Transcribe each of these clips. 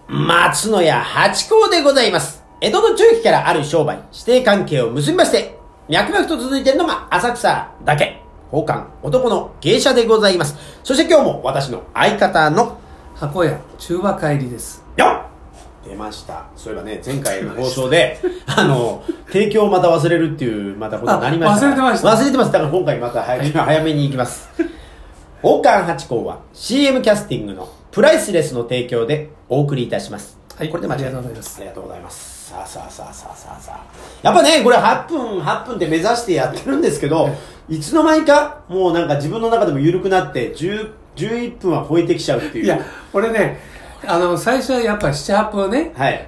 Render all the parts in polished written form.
松野屋八甲でございます。江戸の中期からある商売、指定関係を結びまして、脈々と続いているのが浅草だけ。宝冠男の芸者でございます。そして今日も私の相方の箱屋中和帰りです。 よっ出ました。そういえばね、前回の放送で、提供をまた忘れるっていう、またことになりました。 忘れてました。 忘れてます。だから今回また早めに行きます。宝冠八甲は CM キャスティングのプライスレスの提供でお送りいたします。 はい、 これで間違いない。 ありがとうございます。 ありがとうございます。さあ。やっぱね、これ8分って目指してやってるんですけど、いつの間にか、もうなんか自分の中でも緩くなって、11分は超えてきちゃうっていう。 いや、俺ね、最初はやっぱ7、8分ね、 はい。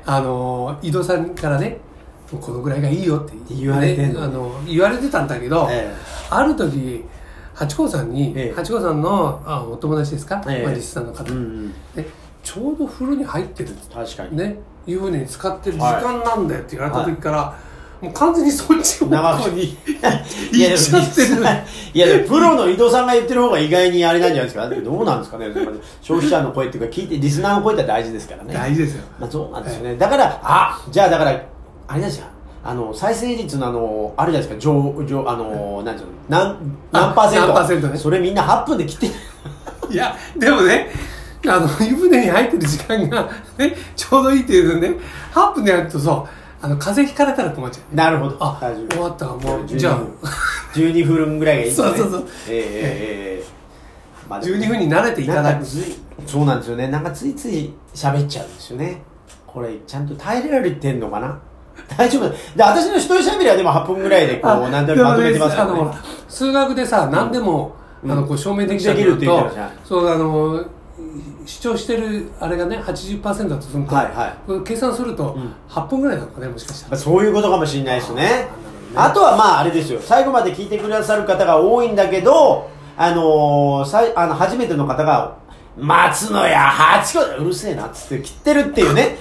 井戸さんからね、このぐらいがいいよって言われてんの、 言われてたんだけど、ある時、八甲さんに、八甲さんのお友達ですか、リスさんの方、ね、ちょうど風呂に入ってる確かにね、湯船に浸かってる時間なんだよって言われた時から、もう完全にそっち方向に行っちゃってる。 いやでもプロの井戸さんが言ってる方が意外にあれなんじゃないですか。どうなんですかね。消費者の声っていうか聞いてリスナーの声って大事ですからね。 大事ですよ。 まあそうなんですよね。だからじゃあだからあれですよ。再生率のあるじゃないですか。なんていうの何パーセント。 何パーセントね。 それみんな8分で切ってる。 いやでもね。湯船に入ってる時間がねちょうどいいっていうのね8分でやるとそう風邪ひかれたら困っちゃう。 なるほど。 終わったもうじゃあ 12分ぐらいがいいですね。 そう。 まあ、 12分に慣れていただく。 そうなんですよね。なんかついつい喋っちゃうんですよね。これちゃんと耐えられてんのかな。大丈夫で私の一人喋りはでも8分ぐらいでこう何でもまとめてますからね。 数学でさ何でもこう証明できちゃうとそう主張してるあれがね 80% だとすると、計算すると8分ぐらいなのかね、もしかしたらそういうことかもしれないですね。あとはまああれですよ、最後まで聞いてくださる方が多いんだけど初めての方が松野屋八甲うるせえなっつって切ってるっていうね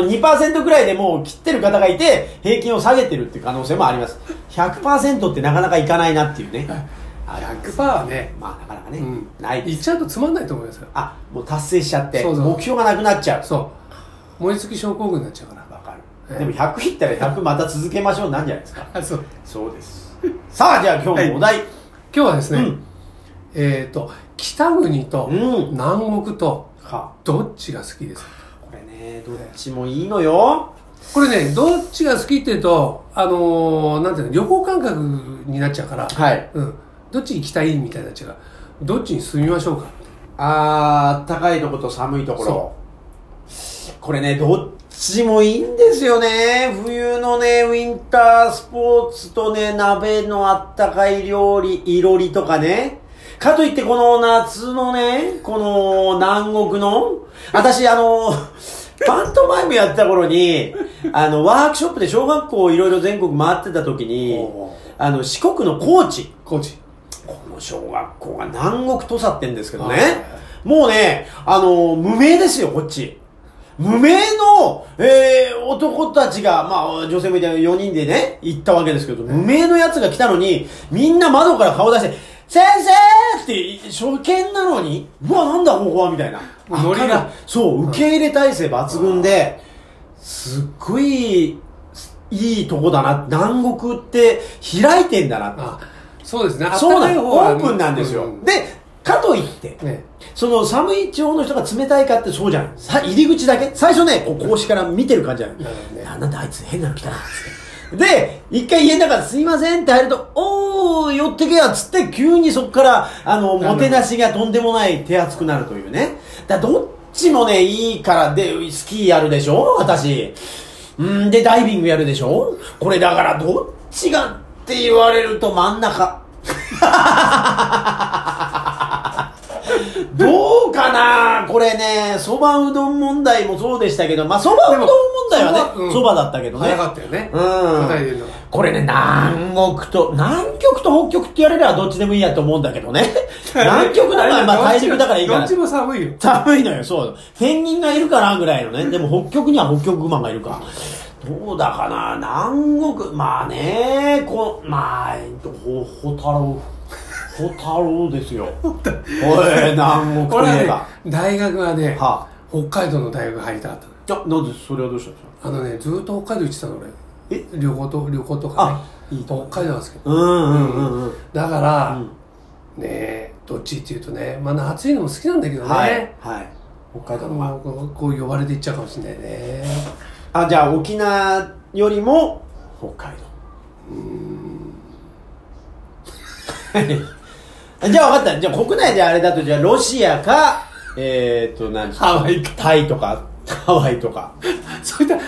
2% ぐらいでもう切ってる方がいて平均を下げてるっていう可能性もあります。 100% ってなかなかいかないなっていうね。 100% はね、 まあなかなかね、ない言っちゃうとつまんないと思いますよ。 もう達成しちゃって目標がなくなっちゃう。 そう燃え尽き症候群になっちゃうから。 わかる。でも100いったら100また続けましょうなんじゃないですか。そうです。さあじゃあ今日のお題、 今日はですね、北国と南国とどっちが好きですか。 これねどっちもいいのよ。 これねどっちが好きっていうとなんていうの旅行感覚になっちゃうから、どっち行きたいみたいになっちゃうから、どっちに住みましょうか。 高いところと寒いところ。これねどっちもいいんですよね。冬のねウィンタースポーツとね鍋のあったかい料理いろりとかね、かといってこの夏のねこの南国の私パントマイムやってた頃にワークショップで小学校いろいろ全国回ってた時に四国の高知この小学校が南国土佐って言うんですけどね、もうね無名ですよこっち。無名の、男たちが、まあ、女性もいて4人でね、行ったわけですけど、無名のやつが来たのに、みんな窓から顔出して、先生って初見なのに、うわ、なんだここはみたいな。 ノリが。 そう、受け入れ体制抜群で、すっごい、いいとこだな。南国って開いてんだな。 そうですね。 そうなんです。オープンなんですよ。で、かといって、その寒い地方の人が冷たいかってそうじゃない。入り口だけ最初ね格子から見てる感じじゃない。なんだあいつ変なの来たなっつってで一回家の中ですいませんって入るとおー寄ってけやっつって急にそこからもてなしがとんでもない手厚くなるというね。どっちもねいいからでスキーやるでしょ私でダイビングやるでしょ。これだからどっちがって言われると真ん中どうかなこれね、そばうどん問題もそうでしたけど、まあそばうどん問題はね、そばだったけどね。 早かったよね。 これね、南極と北極って言われればどっちでもいいやと思うんだけどね。南極の場合、まあ大陸だからいいから。 どっちも寒いよ。 寒いのよ、そう。ペンギンがいるかなぐらいのね。でも北極には北極熊がいるか。どうだかな南国、まあね、まあ、ホタル。小太郎ですよ。おい、南国といえば。 大学はね、 北海道の大学入りたかったの。 なんでそれはどうしたんですか？ ずーっと北海道行ってたの俺。旅行とかね。いいと北海道なんですけど。だから、ねどっちっていうとね、まあ暑いのも好きなんだけどね。 はい。北海道のこう呼ばれていっちゃうかもしれないね。 じゃあ沖縄よりも北海道。じゃあ分かった。じゃあ国内であれだと、じゃあロシアか、何ハワイか。 タイとか、ハワイとか。 そういった、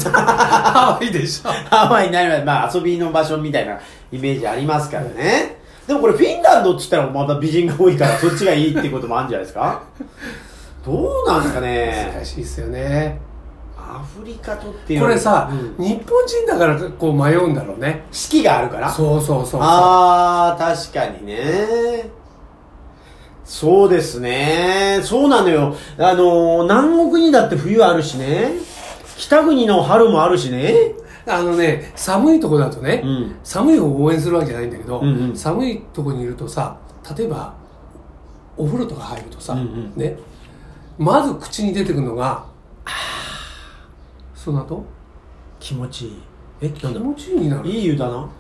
ハワイでしょ。 ハワイになれば、まあ遊びの場所みたいなイメージありますからね。でもこれフィンランドって言ったらまた美人が多いから、そっちがいいっていうこともあるんじゃないですか？どうなんですかね。 難しいですよね。 アフリカとっていうこれさ、日本人だからこう迷うんだろうね。 四季があるから。 そう。 確かにね。そうですね。そうなのよ。南国にだって冬あるしね。北国の春もあるしね。 寒いとこだとね、寒い方を応援するわけじゃないんだけど、寒いとこにいるとさ、例えばお風呂とか入るとさ、ね、まず口に出てくるのがその後気持ちいい。 気持ちいいになる。 いい湯だな。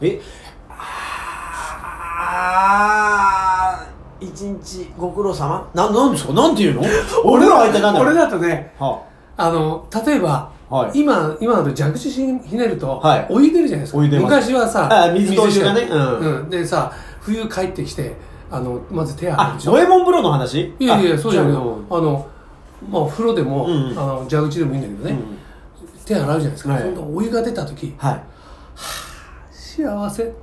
一日ご苦労様。なんですか？なんていうの？俺ら相手なんだろう。 俺だとね、例えば、今だと蛇口ひねると、お湯出るじゃないですか。昔はさ、 水と一緒だね。 でさ、冬帰ってきて、まず手洗うでしょ。 五右衛門風呂の話？ いや、そうじゃないよ。まあ、風呂でも、蛇口でもいいんだけどね、手洗うじゃないですか。今度お湯が出た時、幸せ。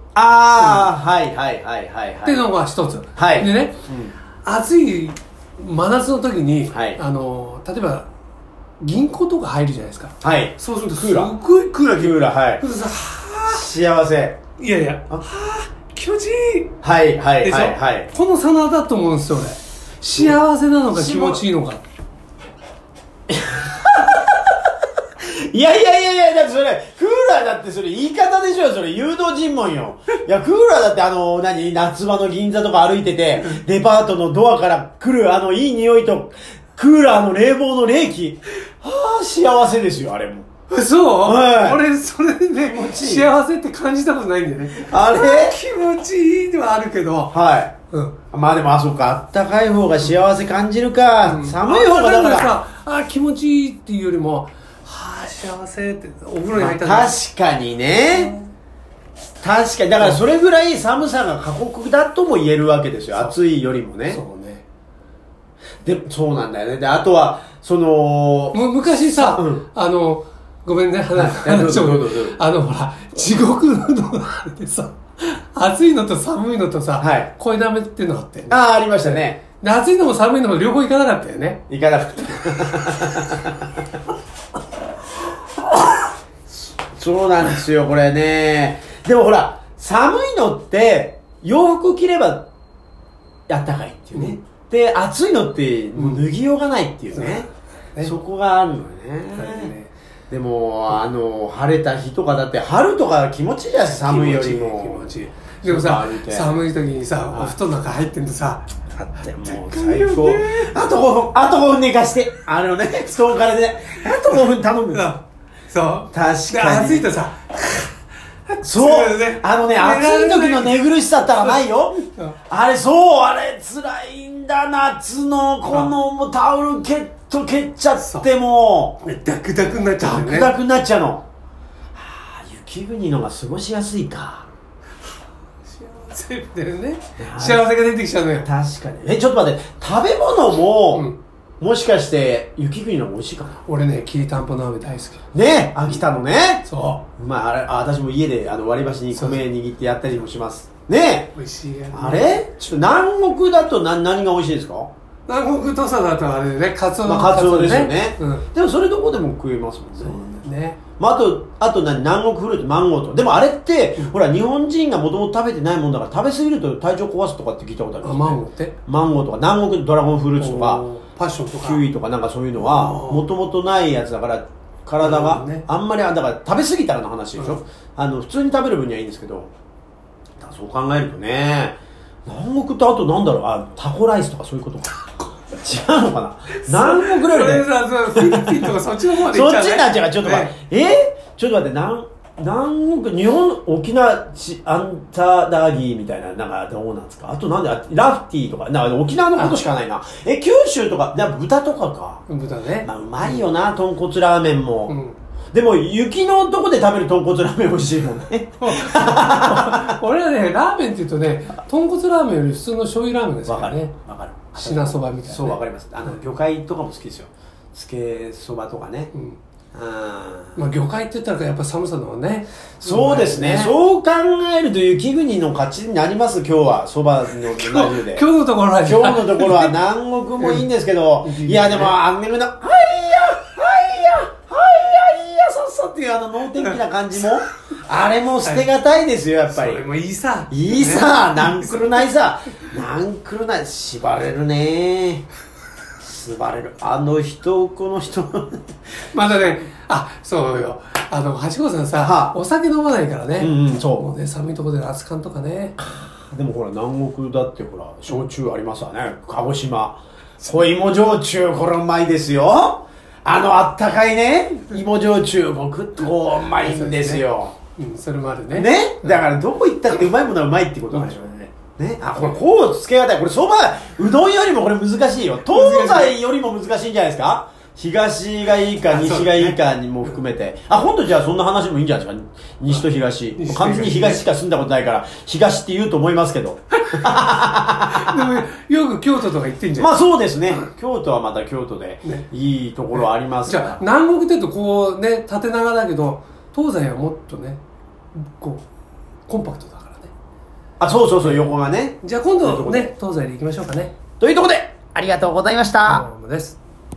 っていうのが一つ。でね、暑い真夏の時に、例えば銀行とか入るじゃないですか。そうするとすっごいクーラー。 幸せ。 いや、気持ちいい。 でしょ。 この差だと思うんですよ、俺。幸せなのか気持ちいいのか。 いや、だってそれ、クーラーだってそれ言い方でしょ、それ誘導尋問よ。いや、クーラーだって夏場の銀座とか歩いてて、デパートのドアから来るいい匂いと、クーラーの冷房の冷気。幸せですよ、あれも。 そう？俺、それでね、幸せって感じたことないんだよね。 あれ？ 気持ちいいではあるけど。 まあでも、そうか、あったかい方が幸せ感じるか。寒い方がだからさ、気持ちいいっていうよりも、幸せってお風呂に入ったら、確かにね。確かに。だからそれぐらい寒さが過酷だとも言えるわけですよ。暑いよりもね。 そうね。 で、そうなんだよね。で、あとは、 昔さ、ごめんね、話を。ほら、地獄のあれでさ、暑いのと寒いのとさ、声だめっていうのがあって。 ありましたね。 暑いのも寒いのも両方行かなかったよね。 行かなかった。そうなんですよ、これね。でもほら、寒いのって、洋服着れば、あったかいっていうね。で、暑いのって、脱ぎようがないっていうね。そこがあるのよね。でも、晴れた日とかだって、春とか気持ちいいやし、寒いよりも。 気持ちいい。でもさ、寒い時にさ、お布団の中入ってんとさ、 だってもう最高。あと5分寝かして。布団からね、あと5分頼む。 そう。 確かに。 暑いとさ、 そう。暑い時の寝苦しさったらないよ。あれ辛いんだ、夏の、もうタオル蹴っちゃってもう。 ダクダクになっちゃうね。 ダクダクになっちゃうの。雪国のが過ごしやすいか。 幸せだよね。幸せが出てきちゃうのよ。 確かに。ちょっと待って、食べ物も、もしかして雪国の方が美味しいかな。 俺ね、きりたんぽ鍋大好きね。秋田のね。 そうまあ私も家で割り箸に米握ってやったりもしますね。 美味しいやね。 ちょっと南国だと何が美味しいですか？ 南国土佐だとあれね、カツオですよね。でもそれどこでも食えますもんね。 そうね。 あと南国フルーツ、マンゴーと。でもあれって、ほら、日本人がもともと食べてないもんだから、食べ過ぎると体調壊すとかって聞いたことあるんですよ、ね。 マンゴーって？ マンゴーとか、南国ドラゴンフルーツとか、 パッションとか、 キウイとかなんかそういうのは、もともとないやつだから、体が、あんまり、だから食べ過ぎたらの話でしょ。普通に食べる分にはいいんですけど、そう考えるとね、南国とあとなんだろう、タコライスとかそういうことか。 違うのかな、南国料理でフィリピンとかそっちの方まで行っちゃう、ね、 そっちになっちゃうから、ちょっと待って、ちょっと待って、南国、日本、沖縄、アンタダギーみたいな、なんかどうなんですか。あとなんで、ラフティーとか、なんか沖縄のことしかないな。九州とか、豚とかか。 豚ね。 まあ、うまいよな、豚骨ラーメンも。 うん、 でも、雪のとこで食べる豚骨ラーメン美味しいもんね。 俺はね、ラーメンって言うとね、豚骨ラーメンより普通の醤油ラーメンですからね。 わかる。 品そばみたいな、ね。 そう、わかります。魚介とかも好きですよ。つけそばとかね。うんまあ、魚介って言ったらやっぱ寒さのね。 そうですね。そう考えると雪国の勝ちになります。今日はそばの内容で。 今日のところは南国もいいんですけど、いやでもはいやさっさっていう能天気な感じもあれも捨てがたいですよ、やっぱり。 それもいいさ。 いいさ、なんくるないさ。なんくるない。縛れるね。縛れる。この人。 まだね、そうよ。八号さんさ、お酒飲まないからね。 そう。 もうね、寒いところで熱燗とかね。 でもほら、南国だってほら、焼酎ありますわね。鹿児島。小芋焼酎、これうまいですよ。あったかいね、芋焼酎、僕とうまいんですよ。 それもあるね。 ね。だからどこ行ったってうまいものはうまいってことなんでしょうね。ね、こうつけがたい。これそば、うどんよりもこれ難しいよ。東西よりも難しいんじゃないですか。東がいいか西がいいかにも含めて。今度じゃあそんな話もいいんじゃないですか。西と東。完全に東しか住んだことないから、東って言うと思いますけど。 でも、よく京都とか行ってんじゃん。 まあそうですね。京都はまた京都で、いいところありますから。 じゃあ、南国って言うとこうね、縦長だけど、東西はもっとね、こう、コンパクトだからね。 そう、横がね。 じゃあ今度ね、東西で行きましょうかね。 というところで、ありがとうございました。 どうもです。